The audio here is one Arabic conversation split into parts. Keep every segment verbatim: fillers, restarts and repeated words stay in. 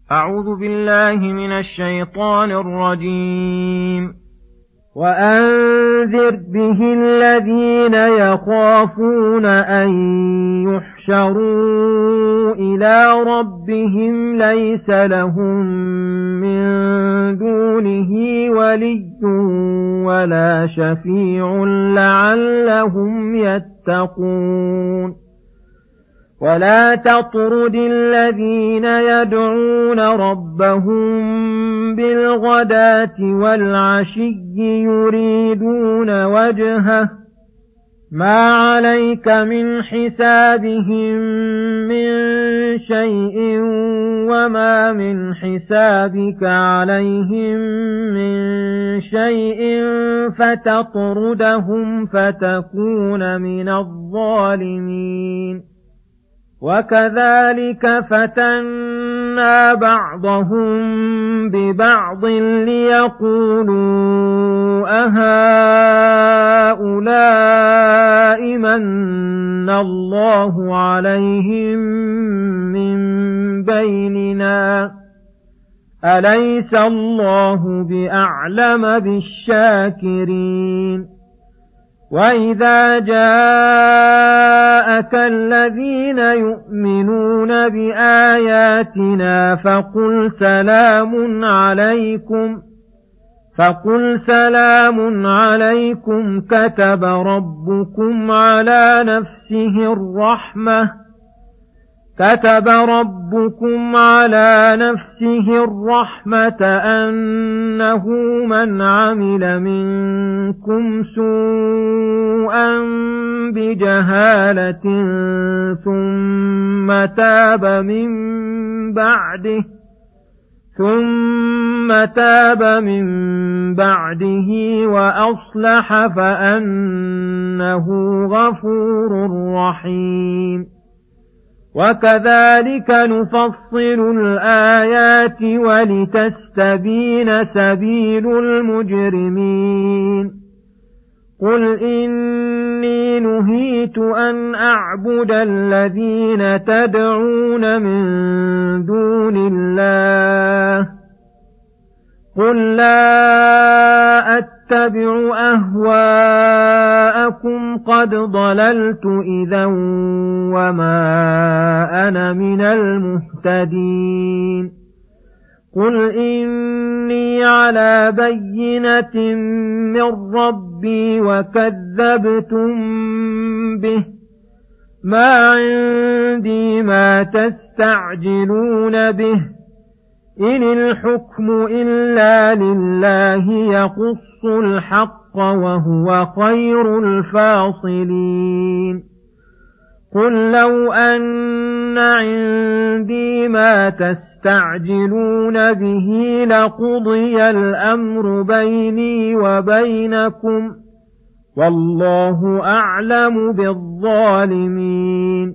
أعوذ بالله من الشيطان الرجيم. وأنذر به الذين يخافون أن يحشروا إلى ربهم ليس لهم من دونه ولي ولا شفيع لعلهم يتقون. ولا تطرد الذين يدعون ربهم بالغداة والعشي يريدون وجهه ما عليك من حسابهم من شيء وما من حسابك عليهم من شيء فتطردهم فتكون من الظالمين. وكذلك فتنا بعضهم ببعض ليقولوا أهؤلاء من الله عليهم من بيننا أليس الله بأعلم بالشاكرين. وإذا جاءك الذين يؤمنون بآياتنا فقل سلام عليكم فقل سلام عليكم كتب ربكم على نفسه الرحمة كتب ربكم على نفسه الرحمة أنه من عمل منكم سوءا بجهالة ثم تاب من بعده ثم تاب من بعده وأصلح فأنه غفور رحيم. وكذلك نفصل الآيات ولتستبين سبيل المجرمين. قل إني نهيت أن أعبد الذين تدعون من دون الله قل لا أتبع أهواءكم قد ضللت إذا وما أنا من المهتدين. قل إني على بينة من ربي وكذبتم به ما عندي ما تستعجلون به إن الحكم إلا لله يقص الحق وهو خير الفاصلين. قل لو أن عندي ما تستعجلون به لقضي الأمر بيني وبينكم والله أعلم بالظالمين.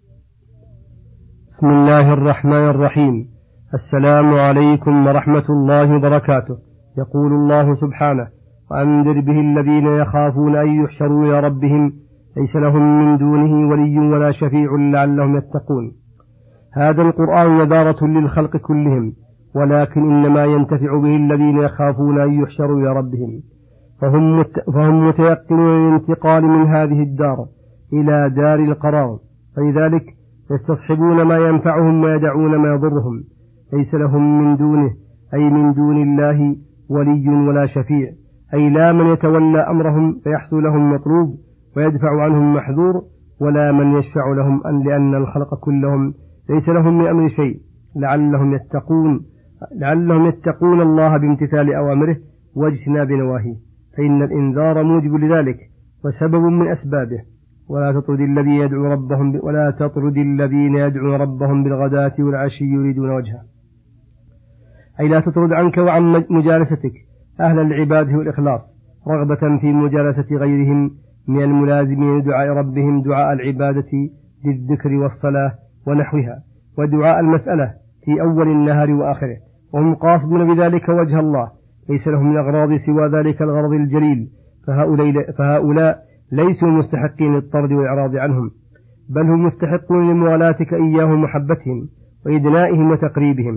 بسم الله الرحمن الرحيم. السلام عليكم ورحمة الله وبركاته. يقول الله سبحانه: وأنذر به الذين يخافون أن يحشروا إلى ربهم ليس لهم من دونه ولي ولا شفيع لعلهم يتقون. هذا القرآن نذارة للخلق كلهم، ولكن إنما ينتفع به الذين يخافون أن يحشروا إلى ربهم، فهم, مت... فهم متيقنون الانتقال من هذه الدار إلى دار القرار، فلذلك يستصحبون ما ينفعهم ويدعون ما يضرهم. ليس لهم من دونه أي من دون الله ولي ولا شفيع، أي لا من يتولى أمرهم فيحصل لهم مطلوب ويدفع عنهم محذور، ولا من يشفع لهم أن لأن الخلق كلهم ليس لهم من أمر شيء لعلهم يتقون لعلهم يتقون الله بامتثال أوامره واجتناب نواهيه، فإن الإنذار موجب لذلك وسبب من أسبابه. ولا تطرد الذين يدعون ربهم ولا تطرد الذين يدعون ربهم بالغداة والعشي يريدون وجهه، أي لا تطرد عنك وعن مجالستك أهل العبادة والإخلاص رغبة في مجالسة غيرهم من الملازمين دعاء ربهم دعاء العبادة للذكر والصلاة ونحوها، ودعاء المسألة في أول النهار وآخره، وهم قاصدون بذلك وجه الله، ليس لهم من أغراض سوى ذلك الغرض الجليل، فهؤلاء, فهؤلاء ليسوا مستحقين للطرد والإعراض عنهم، بل هم مستحقون لموالاتك إياهم ومحبتهم وإدنائهم وتقريبهم،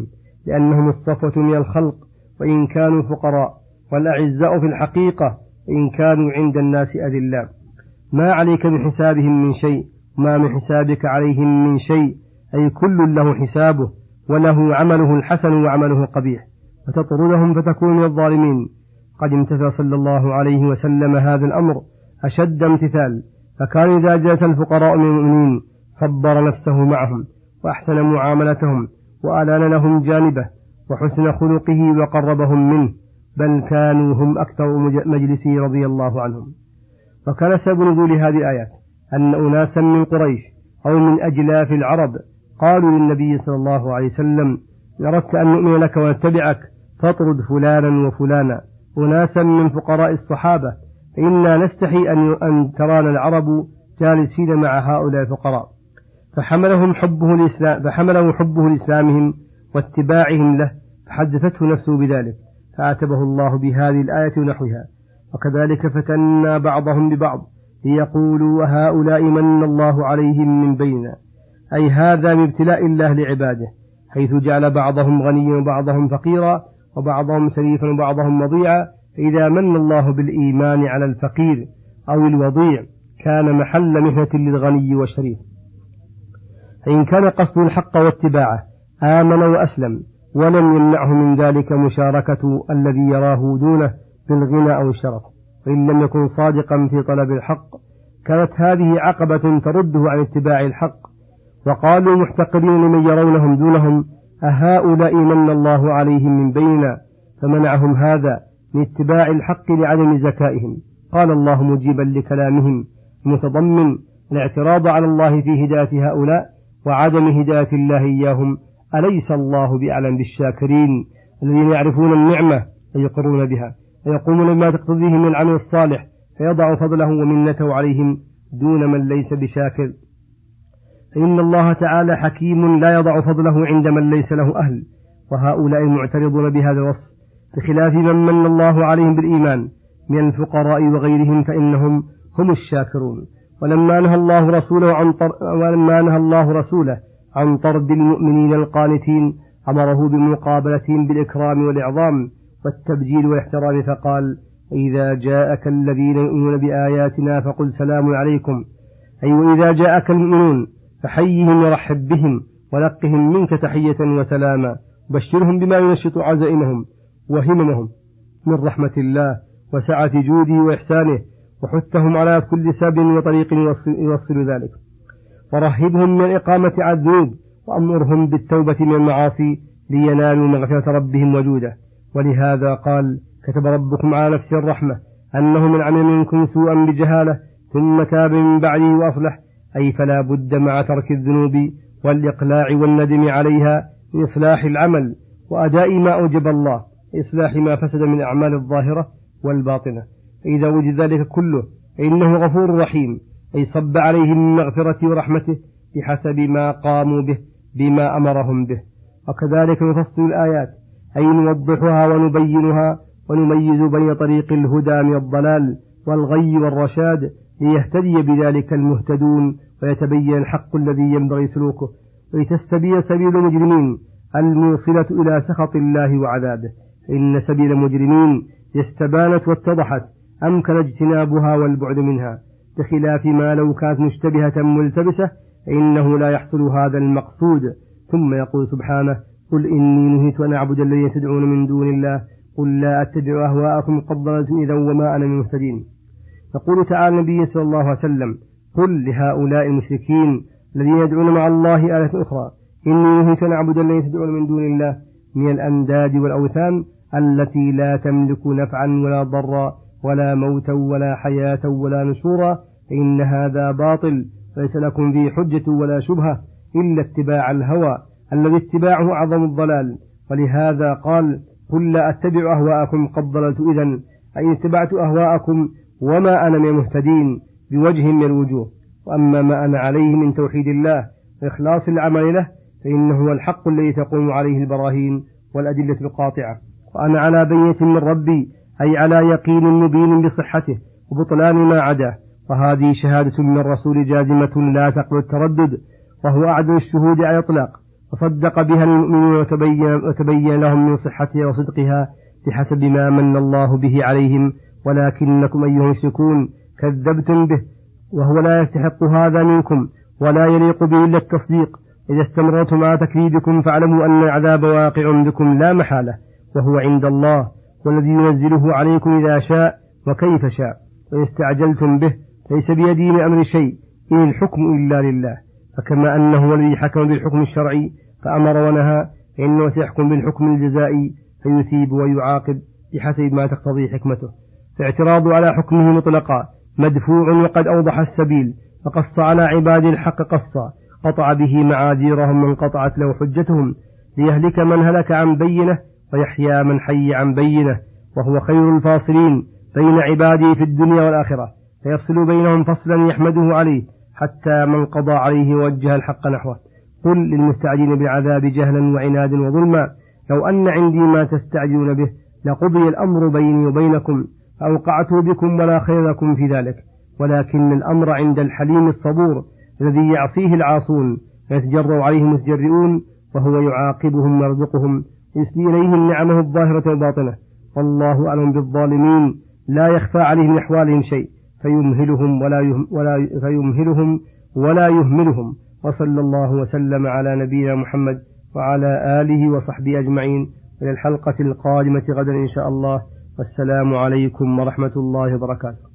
لأنهم الصفوة من الخلق وإن كانوا فقراء، والأعزاء في الحقيقة إن كانوا عند الناس أذلاء. ما عليك بحسابهم من شيء، ما من حسابك عليهم من شيء، أي كل له حسابه وله عمله الحسن وعمله القبيح، وتطردهم فتكون من الظالمين. قد امتثل صلى الله عليه وسلم هذا الأمر أشد امتثال، فكان إذا جلس الفقراء من المؤمنين صبر نفسه معهم وأحسن معاملتهم وألان لهم جانبه وحسن خلقه وقربهم منه، بل كانوا هم أكثر مجلسه رضي الله عنهم. وكان سبب نزول هذه الآيات أن أناسا من قريش أو من أجلاف العرب قالوا للنبي صلى الله عليه وسلم: إن أردت أن نؤمن لك ونتبعك فاطرد فلانا وفلانا، أناسا من فقراء الصحابة، فإنا نستحي أن ترانا العرب جالسين مع هؤلاء الفقراء. فحملهم حبه الإسلام فحمله حبه لإسلامهم واتباعهم له، فحدثته نفسه بذلك، فعاتبه الله بهذه الآية ونحوها. وكذلك فتنا بعضهم ببعض ليقولوا هؤلاء من الله عليهم من بيننا، أي هذا من ابتلاء الله لعباده، حيث جعل بعضهم غنيا وبعضهم فقيرا وبعضهم شريفا وبعضهم وضيعا. فإذا من الله بالإيمان على الفقير أو الوضيع كان محل مهنة للغني والشريف. فإن كان قصد الحق واتباعه آمن وأسلم، ولم يمنعه من ذلك مشاركة الذي يراه دونه بالغنى أو الشرف، وإن لم يكن صادقا في طلب الحق كانت هذه عقبة ترده عن اتباع الحق. وقالوا محتقرين لمن يرونهم دونهم: أهؤلاء من الله عليهم من بيننا، فمنعهم هذا من اتباع الحق لعدم زكائهم. قال الله مجيبا لكلامهم متضمن الاعتراض على الله في هداية هؤلاء وعدم هداية الله إياهم: أليس الله بأعلم بالشاكرين الذين يعرفون النعمة ويقرون بها ويقومون بما تقتضيه من العمل الصالح، فيضع فضله ومنته عليهم دون من ليس بشاكر. فإن الله تعالى حكيم لا يضع فضله عند من ليس له أهل، وهؤلاء معترضون بهذا الوصف، بخلاف من من الله عليهم بالإيمان من الفقراء وغيرهم فإنهم هم الشاكرون. ولما نهى الله رسوله عن طر... ولما نهى الله رسوله عن طرد المؤمنين القانتين أمره بمقابلتهم بالإكرام والإعظام والتبجيل والاحترام، فقال: إذا جاءك الذين يؤمنون بآياتنا فقل سلام عليكم، أي وإذا جاءك المؤمنون فحيهم ورحب بهم ولقهم منك تحية وسلاما، وبشرهم بما ينشط عزائمهم وهممهم من رحمة الله وسعة جوده وإحسانه، وحثهم على كل سبب وطريق يوصل ذلك، ورهبهم من إقامة على الذنوب، وأمرهم بالتوبة من المعاصي لينالوا مغفرة ربهم وجوده. ولهذا قال: كتب ربكم على نفسه الرحمة أنه من عمل منكم سوءا بجهالة ثم تاب من بعده وأصلح، أي فلا بد مع ترك الذنوب والإقلاع والندم عليها من إصلاح العمل وأداء ما أوجب الله، إصلاح ما فسد من الأعمال الظاهرة والباطنة. فإذا وجد ذلك كله فإنه غفور رحيم، أي صب عليهم من مغفرته ورحمته بحسب ما قاموا به بما أمرهم به. وكذلك نفصل الآيات، أي نوضحها ونبينها ونميز بين طريق الهدى من الضلال والغي والرشاد، ليهتدي بذلك المهتدون ويتبين الحق الذي ينبغي سلوكه، ولتستبين سبيل المجرمين الموصلة إلى سخط الله وعذابه. فإن سبيل المجرمين استبانت واتضحت، أمكن اجتنابها والبعد منها، بخلاف ما لو كانت مشتبهة ملتبسة فإنه لا يحصل هذا المقصود. ثم يقول سبحانه: قل إني نهيت أن أعبد الذين تدعون من دون الله قل لا أتبع أهواءكم قد ضللت إذا وما أنا من المهتدين. يقول تعالى النبي صلى الله عليه وسلم: قل لهؤلاء المشركين الذين يدعون مع الله آلهة أخرى إني نهيت أن أعبد الذين تدعون من دون الله من الأنداد والأوثان التي لا تملك نفعا ولا ضرا ولا موتا ولا حياة ولا نشورا، فإن هذا باطل، ليس لكم فيه حجة ولا شبهة إلا اتباع الهوى الذي اتباعه أعظم الضلال. ولهذا قال: قل لا أتبع أهواءكم قد ضللت إذن، أي اتبعت أهواءكم وما أنا من المهتدين بوجه من الوجوه. وأما ما أنا عليه من توحيد الله وإخلاص العمل له فإنه هو الحق الذي تقوم عليه البراهين والأدلة القاطعة. وأنا على بينة من ربي، أي على يقين مبين بصحته وبطلان ما عداه. وهذه شهادة من الرسول جازمة لا تقبل التردد، وهو أعدل الشهود على الإطلاق، فصدق بها المؤمنون وتبين, وتبين لهم من صحتها وصدقها بحسب ما من الله به عليهم، ولكنكم أيها المشركون كذبتم به، وهو لا يستحق هذا منكم ولا يليق به إلا التصديق. إذا استمرتم على تكذيبكم فاعلموا أن العذاب واقع بكم لا محالة، وهو عند الله والذي ينزله عليكم إذا شاء وكيف شاء. وإن استعجلتم به فليس بيدي من أمر شيء، إن الحكم إلا لله. فكما أنه الذي حكم بالحكم الشرعي فأمر ونهى، فإنه سيحكم بالحكم الجزائي فيثيب ويعاقب بحسب ما تقتضي حكمته. فاعتراض على حكمه مطلقا مدفوع، وقد أوضح السبيل فقص على عباد الحق قصا، قطع به معاذيرهم من قطعت له حجتهم، ليهلك من هلك عن بينه ويحيى من حي عن بينه، وهو خير الفاصلين بين عباده في الدنيا والآخرة، فيفصل بينهم فصلا يحمده عليه حتى من قضى عليه ووجه الحق نحوه. قل للمستعجلين بالعذاب جهلا وعنادا وظلما لو أن عندي ما تستعجلون به لقضي الأمر بيني وبينكم فأوقعته بكم ولا خير لكم في ذلك، ولكن الأمر عند الحليم الصبور الذي يعصيه العاصون ويتجرأ عليه المتجرئون، وهو يعاقبهم ويرزقهم يسلي إليهم نعمه الظاهرة والباطنة. والله أعلم بالظالمين، لا يخفى عليه من أحوالهم شيء، فيمهلهم ولا يهم ولا فيمهلهم ولا يهملهم. وصلى الله وسلم على نبينا محمد وعلى آله وصحبه أجمعين، إلى الحلقة القادمة غدا إن شاء الله، والسلام عليكم ورحمة الله وبركاته.